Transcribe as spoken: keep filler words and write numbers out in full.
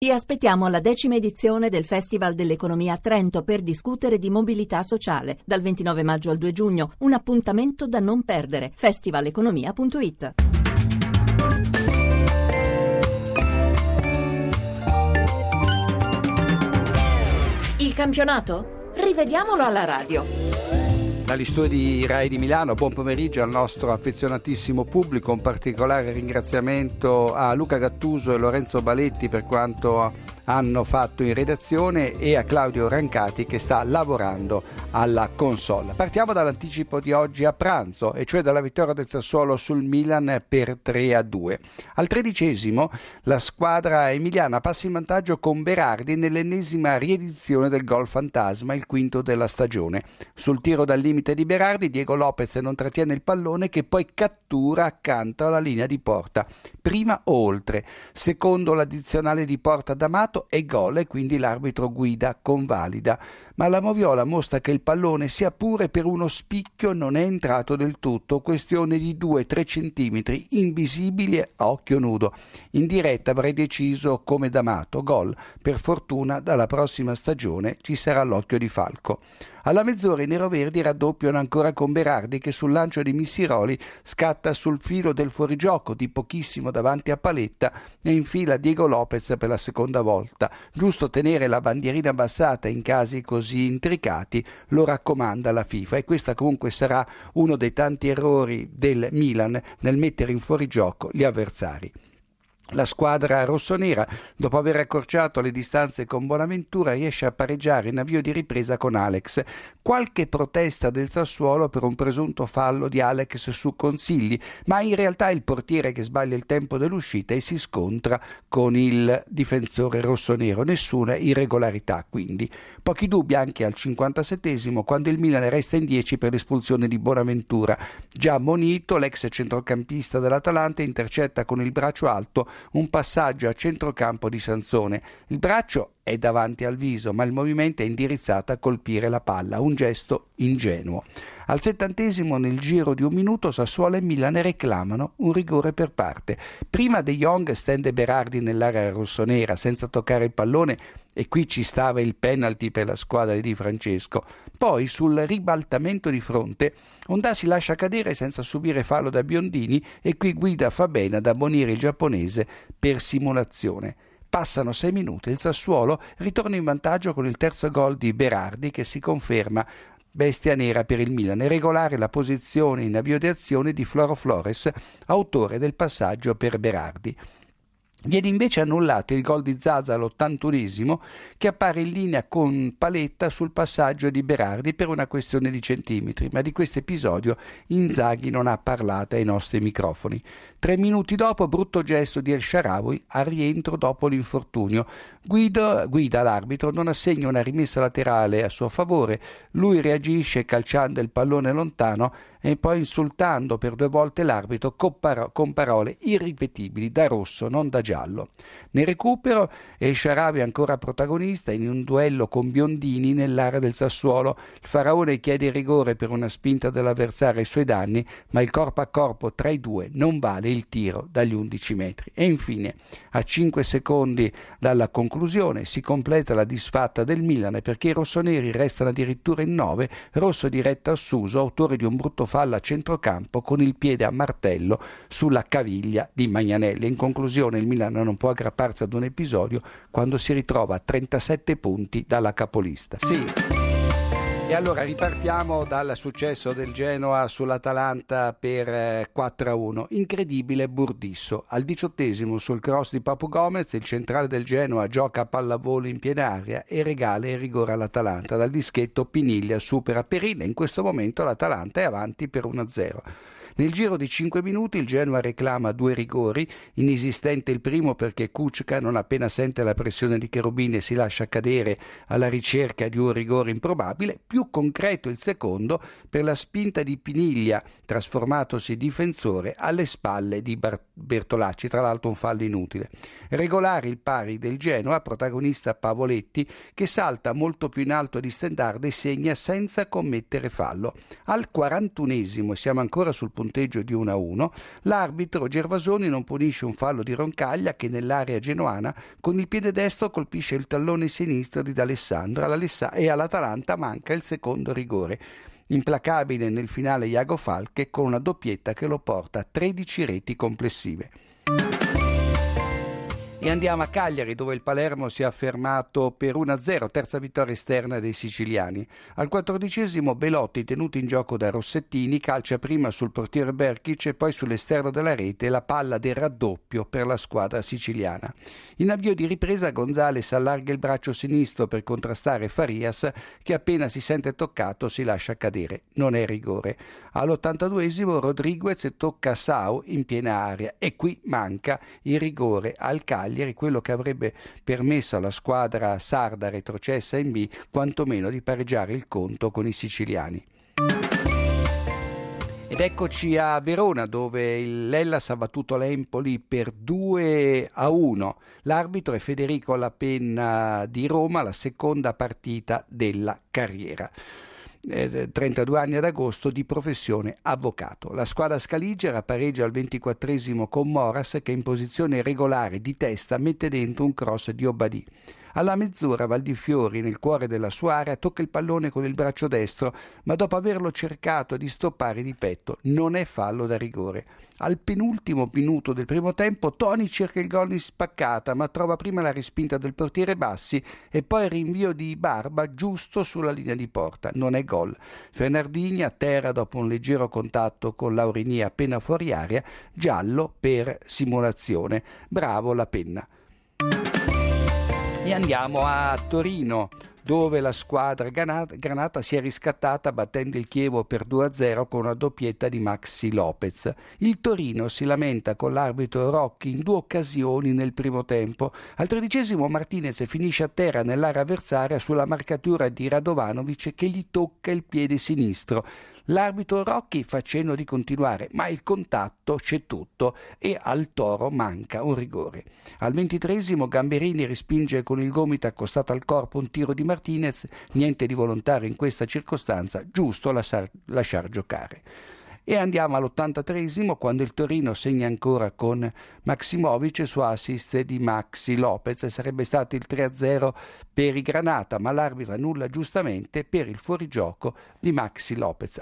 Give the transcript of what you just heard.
Ti aspettiamo alla decima edizione del Festival dell'Economia a Trento per discutere di mobilità sociale. Dal ventinove maggio al due giugno, un appuntamento da non perdere. festivaleconomia punto it. Il campionato? Rivediamolo alla radio. Dagli studi Rai di Milano, buon pomeriggio al nostro affezionatissimo pubblico, un particolare ringraziamento a Luca Gattuso e Lorenzo Baletti per quanto hanno fatto in redazione e a Claudio Rancati che sta lavorando alla console. Partiamo dall'anticipo di oggi a pranzo, e cioè dalla vittoria del Sassuolo sul Milan per tre a due. Al tredicesimo la squadra emiliana passa in vantaggio con Berardi nell'ennesima riedizione del gol fantasma, il quinto della stagione. Sul tiro dal limite di Berardi, Diego Lopez non trattiene il pallone che poi cattura accanto alla linea di porta. Prima o oltre, secondo l'addizionale di Porta D'Amato e gol, e quindi l'arbitro guida convalida. Ma la Moviola mostra che il pallone, sia pure per uno spicchio, non è entrato del tutto, questione di due tre centimetri invisibili a occhio nudo. In diretta avrei deciso come D'Amato, gol. Per fortuna dalla prossima stagione ci sarà l'occhio di falco. Alla mezz'ora i neroverdi raddoppiano ancora con Berardi che sul lancio di Missiroli scatta sul filo del fuorigioco di pochissimo davanti a Paletta e infila Diego Lopez per la seconda volta. Giusto tenere la bandierina abbassata in casi così intricati, lo raccomanda la FIFA, e questa comunque sarà uno dei tanti errori del Milan nel mettere in fuorigioco gli avversari. La squadra rossonera, dopo aver accorciato le distanze con Bonaventura, riesce a pareggiare in avvio di ripresa con Alex. Qualche protesta del Sassuolo per un presunto fallo di Alex su Consigli, ma in realtà è il portiere che sbaglia il tempo dell'uscita e si scontra con il difensore rossonero. Nessuna irregolarità quindi. Pochi dubbi anche al cinquantasettesimo, quando il Milan resta in dieci per l'espulsione di Bonaventura. Già ammonito, l'ex centrocampista dell'Atalanta intercetta con il braccio alto un passaggio a centrocampo di Sansone. Il braccio è davanti al viso, ma il movimento è indirizzato a colpire la palla, un gesto ingenuo. Al settantesimo, nel giro di un minuto, Sassuolo e Milan reclamano un rigore per parte. Prima De Jong stende Berardi nell'area rossonera senza toccare il pallone, e qui ci stava il penalty per la squadra di Di Francesco. Poi sul ribaltamento di fronte Ondà si lascia cadere senza subire fallo da Biondini, e qui guida fa bene ad ammonire il giapponese per simulazione. Passano sei minuti e il Sassuolo ritorna in vantaggio con il terzo gol di Berardi, che si conferma bestia nera per il Milan, e regolare la posizione in avvio di azione di Floro Flores, autore del passaggio per Berardi. Viene invece annullato il gol di Zaza all'ottantunesimo, che appare in linea con Paletta sul passaggio di Berardi per una questione di centimetri, ma di questo episodio Inzaghi non ha parlato ai nostri microfoni. Tre minuti dopo, brutto gesto di El Shaarawy al rientro dopo l'infortunio. Guido, guida l'arbitro, non assegna una rimessa laterale a suo favore, lui reagisce calciando il pallone lontano e poi insultando per due volte l'arbitro con, paro- con parole irripetibili, da rosso non da giallo. Nel recupero El Shaarawy è ancora protagonista in un duello con Biondini nell'area del Sassuolo. Il faraone chiede il rigore per una spinta dell'avversario ai suoi danni, ma il corpo a corpo tra i due non vale il tiro dagli undici metri. E infine, a cinque secondi dalla conclusione, si completa la disfatta del Milan, perché i rossoneri restano addirittura in nove. Rosso diretto a Suso, autore di un brutto fallo a centrocampo con il piede a martello sulla caviglia di Magnanelli. In conclusione, il Milan non può aggrapparsi ad un episodio quando si ritrova a trentasette punti dalla capolista. Sì. E allora ripartiamo dal successo del Genoa sull'Atalanta per eh, quattro a uno. Incredibile Burdisso. Al diciottesimo, sul cross di Papu Gomez, il centrale del Genoa gioca a pallavolo in piena aria e regala il rigore all'Atalanta. Dal dischetto Piniglia supera Perin e in questo momento l'Atalanta è avanti per uno a zero. Nel giro di cinque minuti il Genoa reclama due rigori, inesistente il primo perché Kučka non appena sente la pressione di Cherubini si lascia cadere alla ricerca di un rigore improbabile, più concreto il secondo per la spinta di Piniglia, trasformatosi difensore alle spalle di Bar- Bertolacci, tra l'altro un fallo inutile. Regolare il pari del Genoa, protagonista Pavoletti, che salta molto più in alto di Stendard e segna senza commettere fallo. Al quarantunesimo, siamo ancora sul punteggio punteggio di uno a uno. L'arbitro Gervasoni non punisce un fallo di Roncaglia che nell'area genoana con il piede destro colpisce il tallone sinistro di D'Alessandro e all'Atalanta manca il secondo rigore. Implacabile nel finale Iago Falche con una doppietta che lo porta a tredici reti complessive. E andiamo a Cagliari, dove il Palermo si è affermato per uno a zero, terza vittoria esterna dei siciliani. Al quattordicesimo Belotti, tenuto in gioco da Rossettini, calcia prima sul portiere Berkic e poi sull'esterno della rete la palla del raddoppio per la squadra siciliana. In avvio di ripresa Gonzales allarga il braccio sinistro per contrastare Farias, che appena si sente toccato si lascia cadere. Non è rigore. All'ottantaduesimo Rodriguez tocca Sau in piena area e qui manca il rigore al Cagliari, quello che avrebbe permesso alla squadra sarda retrocessa in B quantomeno di pareggiare il conto con i siciliani. Ed eccoci a Verona, dove l'Hellas ha battuto l'Empoli per due a uno. L'arbitro è Federico Lapenna di Roma, la seconda partita della carriera. trentadue anni ad agosto, di professione avvocato. La squadra scaligera pareggia al ventiquattresimo con Moras, che in posizione regolare di testa mette dentro un cross di Obadì. Alla mezz'ora Valdifiori, nel cuore della sua area, tocca il pallone con il braccio destro, ma dopo averlo cercato di stoppare di petto non è fallo da rigore. Al penultimo minuto del primo tempo Toni cerca il gol in spaccata, ma trova prima la respinta del portiere Bassi e poi il rinvio di Barba giusto sulla linea di porta. Non è gol. Fernardini atterra dopo un leggero contatto con Laurini appena fuori area, giallo per simulazione. Bravo Lapenna. E andiamo a Torino, dove la squadra granata si è riscattata battendo il Chievo per due a zero con una doppietta di Maxi Lopez. Il Torino si lamenta con l'arbitro Rocchi in due occasioni nel primo tempo. Al tredicesimo Martinez finisce a terra nell'area avversaria sulla marcatura di Radovanovic che gli tocca il piede sinistro. L'arbitro Rocchi fa cenno di continuare, ma il contatto c'è tutto e al Toro manca un rigore. Al ventitreesimo Gamberini respinge con il gomito accostato al corpo un tiro di Martinez, niente di volontario in questa circostanza, giusto lasciar, lasciar giocare. E andiamo all'ottantatreesimo, quando il Torino segna ancora con Maximovic su assist di Maxi Lopez. Sarebbe stato il tre a zero per i Granata, ma l'arbitro annulla giustamente per il fuorigioco di Maxi Lopez.